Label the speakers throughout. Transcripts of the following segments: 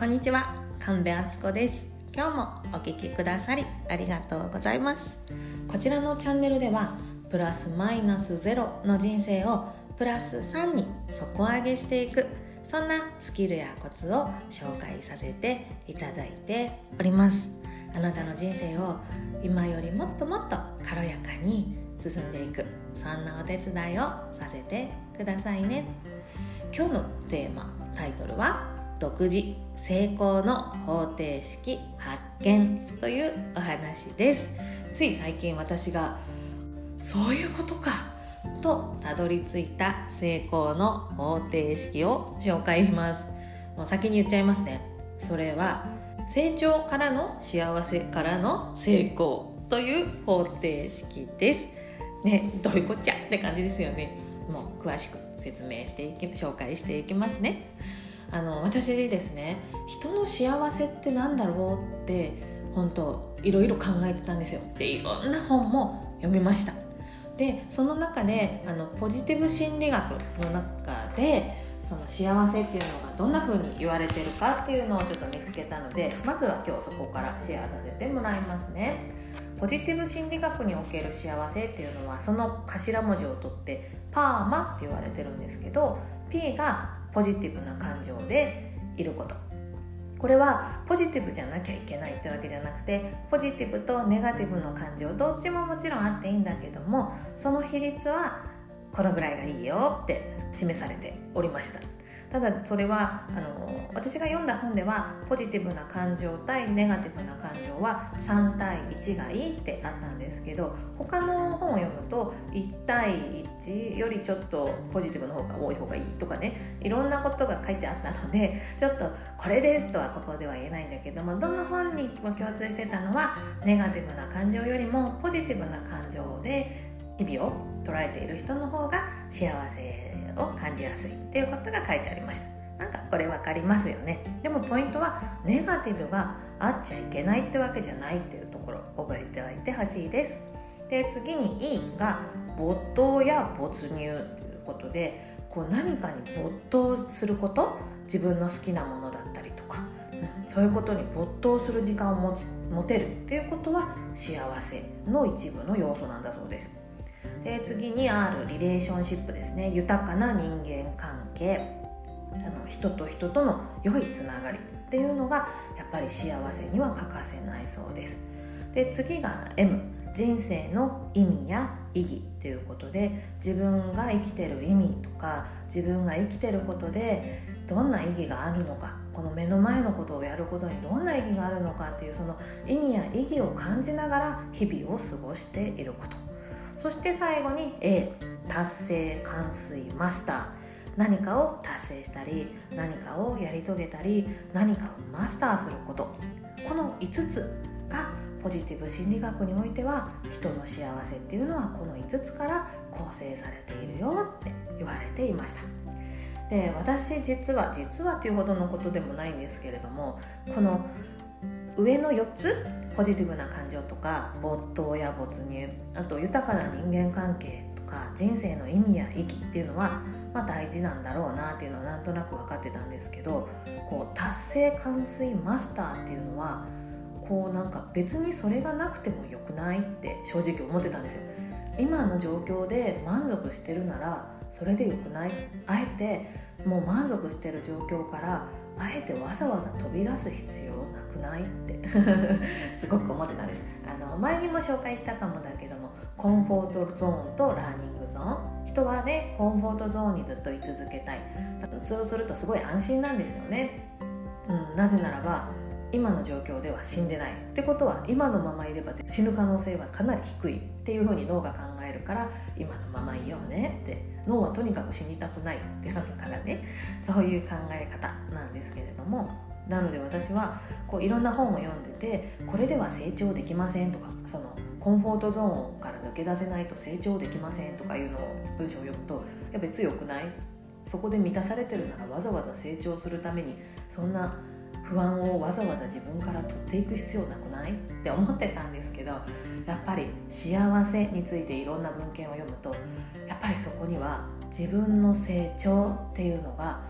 Speaker 1: こんにちは、神戸敦子です。今日もお聞きくださりありがとうございます。こちらのチャンネルではプラスマイナスゼロの人生をプラス3に底上げしていく、そんなスキルやコツを紹介させていただいております。あなたの人生を今よりもっともっと軽やかに進んでいく、そんなお手伝いをさせてくださいね。今日のテーマ、タイトルは独自成功の方程式発見というお話です。つい最近私がそういうことかとたどり着いた成功の方程式を紹介します。もう先に言っちゃいますね。それは成長からの幸せからの成功という方程式ですね。どういうこっちゃって感じですよね。もう詳しく説明して紹介していきますね。私ですね、人の幸せってなんだろうって本当いろいろ考えてたんですよ。で、いろんな本も読みました。で、その中でポジティブ心理学の中でその幸せっていうのがどんな風に言われてるかっていうのをちょっと見つけたので、まずは今日そこからシェアさせてもらいますね。ポジティブ心理学における幸せっていうのはその頭文字を取ってパーマって言われてるんですけど、 P がポジティブな感情でいること。これはポジティブじゃなきゃいけないってわけじゃなくて、ポジティブとネガティブの感情どっちももちろんあっていいんだけども、その比率はこのぐらいがいいよって示されておりました。ただそれは私が読んだ本ではポジティブな感情対ネガティブな感情は3対1がいいってあったんですけど、他の本を読むと1対1よりちょっとポジティブの方が多い方がいいとかね、いろんなことが書いてあったので、ちょっとこれですとはここでは言えないんだけども、どの本にも共通してたのはネガティブな感情よりもポジティブな感情で日々を捉えている人の方が幸せを感じやすいっていうことが書いてありました。なんかこれ分かりますよね。でもポイントはネガティブがあっちゃいけないってわけじゃないっていうところを覚えておいてほしいです。で、次に E が没頭や没入ということで、何かに没頭すること、自分の好きなものだったりとか、そういうことに没頭する時間を持てるっていうことは幸せの一部の要素なんだそうです。で、次に R、リレーションシップですね。豊かな人間関係、人と人との良いつながりっていうのがやっぱり幸せには欠かせないそうです。で、次が M、人生の意味や意義ということで、自分が生きてる意味とか自分が生きてることでどんな意義があるのか、この目の前のことをやることにどんな意義があるのかっていう、その意味や意義を感じながら日々を過ごしていること。そして最後に A、達成完遂マスター、何かを達成したり何かをやり遂げたり何かをマスターすること、この5つがポジティブ心理学においては人の幸せっていうのはこの5つから構成されているよって言われていました。で、私実はっていうほどのことでもないんですけれども、この上の4つ、ポジティブな感情とか没頭や没入、あと豊かな人間関係とか人生の意味や意義っていうのは、大事なんだろうなっていうのはなんとなく分かってたんですけど、達成完遂マスターっていうのはなんか別にそれがなくてもよくないって正直思ってたんですよ。今の状況で満足してるならそれでよくない？あえてもう満足してる状況からあえてわざわざ飛び出す必要なくないってすごく思ってたんです。前にも紹介したかもだけども、コンフォートゾーンとラーニングゾーン、人はねコンフォートゾーンにずっと居続けたい。そうするとすごい安心なんですよね。なぜならば今の状況では死んでないってことは、今のままいれば死ぬ可能性はかなり低いっていうふうに脳が考えるから、今のままいようねって、脳はとにかく死にたくないってなるからね、そういう考え方なんですけれども、なので私はいろんな本を読んでて、これでは成長できませんとか、そのコンフォートゾーンから抜け出せないと成長できませんとかいうのを文章を読むと、いや別に良くない、そこで満たされてるならわざわざ成長するためにそんな不安をわざわざ自分から取っていく必要なくないって思ってたんですけど、やっぱり幸せについていろんな文献を読むと、やっぱりそこには自分の成長っていうのが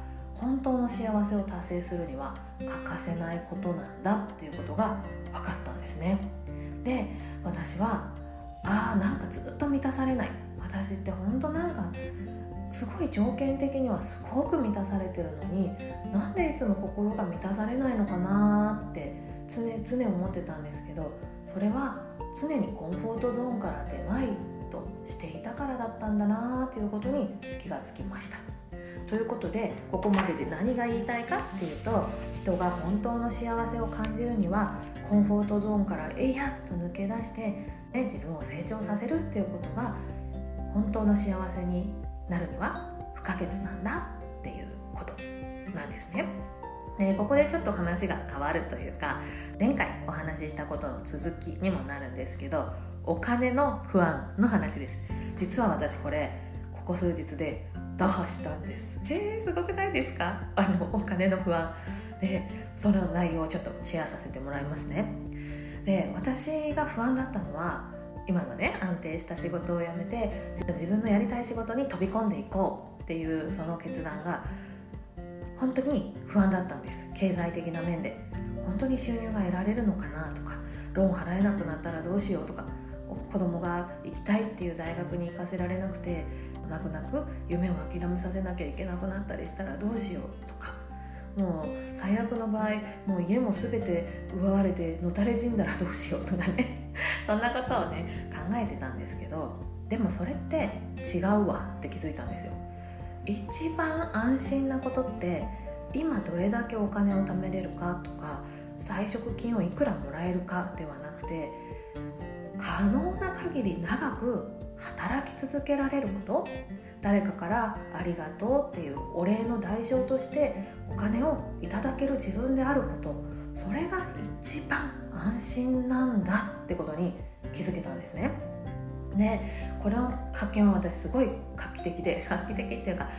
Speaker 1: 本当の幸せを達成するには欠かせないことなんだっていうことが分かったんですね。で、私はなんかずっと満たされない、私って本当なんかすごい条件的にはすごく満たされてるのに、なんでいつも心が満たされないのかなって常思ってたんですけど、それは常にコンフォートゾーンから出まいとしていたからだったんだなっていうことに気がつきました。ということで、ここまでで何が言いたいかっていうと、人が本当の幸せを感じるにはコンフォートゾーンからえいやっと抜け出して、自分を成長させるっていうことが本当の幸せになるには不可欠なんだっていうことなんですね。で、ここでちょっと話が変わるというか、前回お話ししたことの続きにもなるんですけど、お金の不安の話です。実は私ここ数日で打破したんです。すごくないですか？お金の不安で、その内容をちょっとシェアさせてもらいますね。で、私が不安だったのは、今の安定した仕事を辞めて自分のやりたい仕事に飛び込んでいこうっていうその決断が本当に不安だったんです。経済的な面で本当に収入が得られるのかなとか、ローン払えなくなったらどうしようとか、子供が行きたいっていう大学に行かせられなくて泣く泣く夢を諦めさせなきゃいけなくなったりしたらどうしようとか、もう最悪の場合もう家も全て奪われてのたれ死んだらどうしようとかねそんなことを考えてたんですけど、でもそれって違うわって気づいたんですよ。一番安心なことって今どれだけお金を貯めれるかとか、退職金をいくらもらえるかではなくて、可能な限り長く働き続けられること、誰かからありがとうっていうお礼の代償としてお金をいただける自分であること、それが一番安心なんだってことに気づけたんですね。で、これの発見は私すごい画期的っていうか、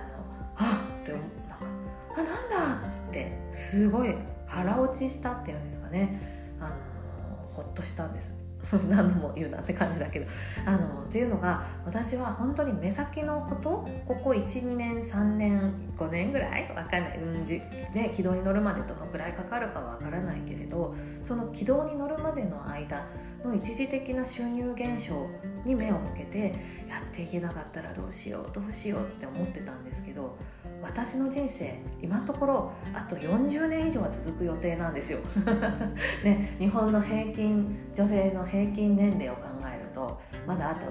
Speaker 1: なんだってすごい腹落ちしたっていうんですかね、ほっとしたんです何度も言うなって感じだけど、っていうのが、私は本当に目先のこと、ここ 1,2 年3年5年ぐらいわかんない、軌道に乗るまでどのくらいかかるかはわからないけれど、その軌道に乗るまでの間の一時的な収入減少に目を向けて、やっていけなかったらどうしようって思ってたんですけど、私の人生今のところあと40年以上は続く予定なんですよ日本の女性の平均年齢を考えると、まだあと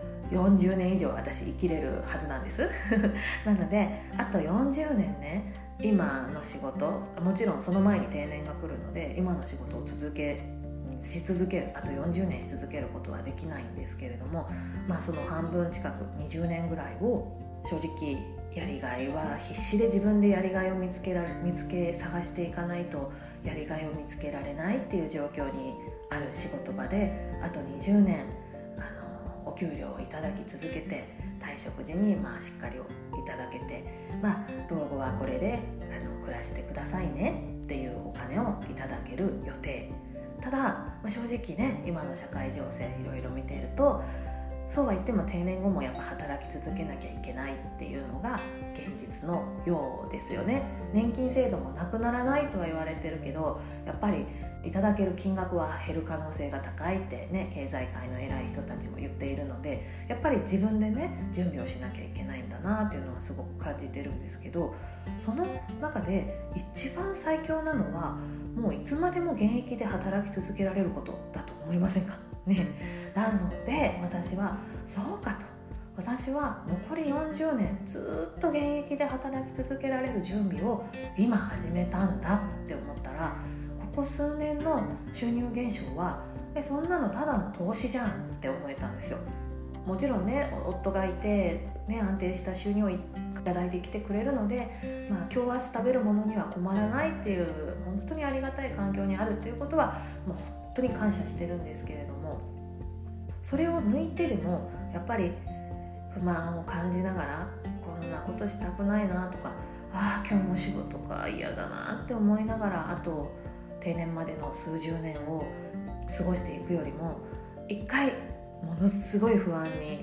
Speaker 1: 40年以上私生きれるはずなんですなのであと40年ね、今の仕事、もちろんその前に定年が来るので今の仕事をし続ける、あと40年し続けることはできないんですけれども、その半分近く20年ぐらいを正直やりがいは必死で自分でやりがいを見つけ探していかないとやりがいを見つけられないっていう状況にある仕事場で、あと20年お給料をいただき続けて、退職時にしっかりいただけて、老後はこれで暮らしてくださいねっていうお金をいただける予定。ただ、正直ね、今の社会情勢いろいろ見ていると、そうは言っても定年後もやっぱ働き続けなきゃいけないっていうのが現実のようですよね。年金制度もなくならないとは言われてるけど、やっぱりいただける金額は減る可能性が高いってね、経済界の偉い人たちも言っているので、やっぱり自分でね準備をしなきゃいけないんだなっていうのはすごく感じてるんですけど、その中で一番最強なのはもういつまでも現役で働き続けられることだと思いませんかね。なので私はそうかと、私は残り40年ずっと現役で働き続けられる準備を今始めたんだって思ったら、ここ数年の収入減少はそんなのただの投資じゃんって思えたんですよ。もちろんね、夫がいて、安定した収入をいただいてきてくれるので、今日明日食べるものには困らないっていう本当にありがたい環境にあるっていうことはもう本当に感謝してるんですけれども、それを抜いてでもやっぱり不満を感じながら、こんなことしたくないなとか、今日も仕事が嫌だなって思いながら、あと定年までの数十年を過ごしていくよりも、一回ものすごい不安に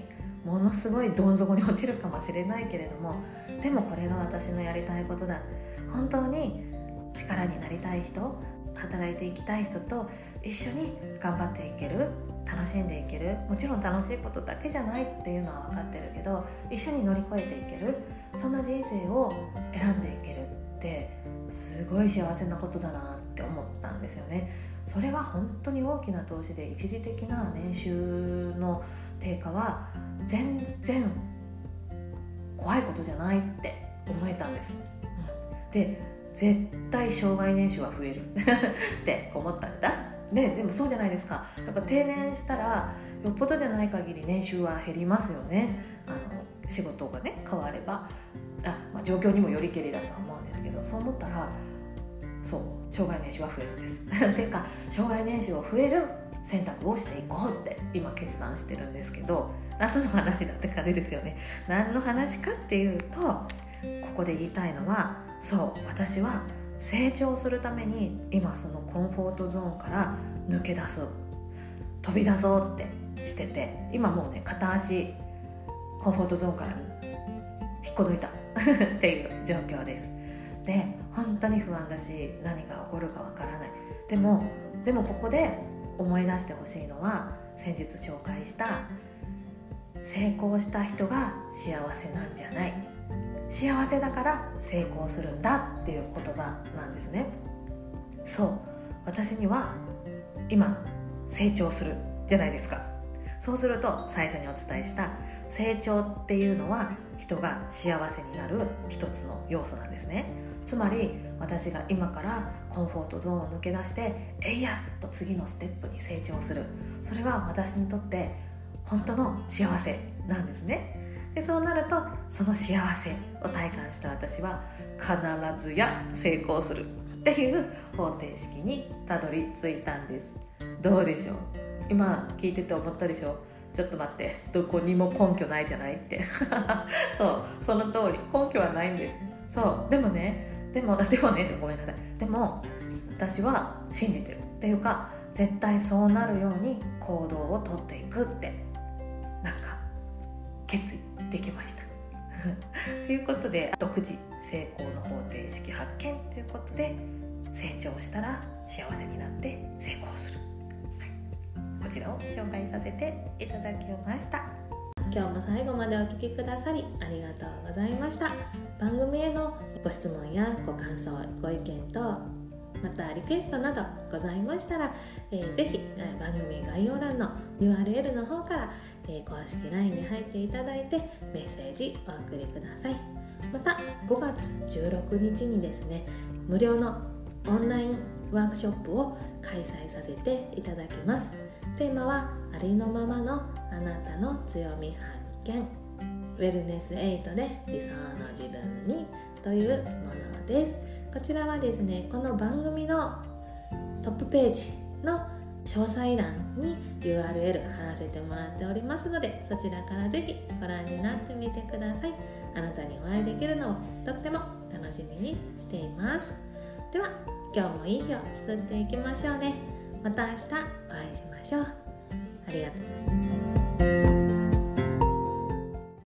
Speaker 1: ものすごいどん底に落ちるかもしれないけれども、でもこれが私のやりたいことだ、本当に力になりたい人、働いていきたい人と一緒に頑張っていける、楽しんでいける、もちろん楽しいことだけじゃないっていうのは分かってるけど、一緒に乗り越えていける、そんな人生を選んでいけるってすごい幸せなことだなって思ったんですよね。それは本当に大きな投資で、一時的な年収の低下は全然怖いことじゃないって思えたんです、で絶対障害年収は増えるって思ったんだ。でもそうじゃないですか。やっぱ定年したらよっぽどじゃない限り年収は減りますよね。仕事がね変われば、状況にもよりけりだとは思うんですけど、そう思ったらそう障害年収は増えるんですてか障害年収を増える選択をしていこうって今決断してるんですけど、何の話だって感じですよね。何の話かっていうと、ここで言いたいのは、そう私は成長するために今そのコンフォートゾーンから抜け出そう、飛び出そうってしてて、今もうね片足コンフォートゾーンから引っこ抜いたっていう状況です。で本当に不安だし、何が起こるかわからない。でもここで思い出してほしいのは、先日紹介した成功した人が幸せなんじゃない、幸せだから成功するんだっていう言葉なんですね。そう私には今成長するじゃないですか。そうすると最初にお伝えした成長っていうのは人が幸せになる一つの要素なんですね。つまり私が今からコンフォートゾーンを抜け出してえいやと次のステップに成長する、それは私にとって本当の幸せなんですね。でそうなるとその幸せを体感した私は必ずや成功するっていう方程式にたどり着いたんです。どうでしょう。今聞いてて思ったでしょ。ちょっと待って、どこにも根拠ないじゃないってそうその通り根拠はないんです。そうでもねってごめんなさい。でも私は信じてるっていうか、絶対そうなるように行動をとっていくってなんか決意できましたということで、独自成功の方程式発見ということで、成長したら幸せになって成功する、こちらを紹介させていただきました。今日も最後までお聞きくださりありがとうございました。番組へのご質問やご感想、ご意見とまたリクエストなどございましたら、ぜひ番組概要欄の URL の方から、公式 LINE に入っていただいてメッセージお送りください。また5月16日にですね、無料のオンラインワークショップを開催させていただきます。テーマはありのままのあなたの強み発見、ウェルネス8で理想の自分にというものです。こちらはですね、この番組のトップページの詳細欄に URL 貼らせてもらっておりますので、そちらからぜひご覧になってみてください。あなたにお会いできるのをとっても楽しみにしています。では今日もいい日を作っていきましょうね。また明日お会いしましょう。ありがとう。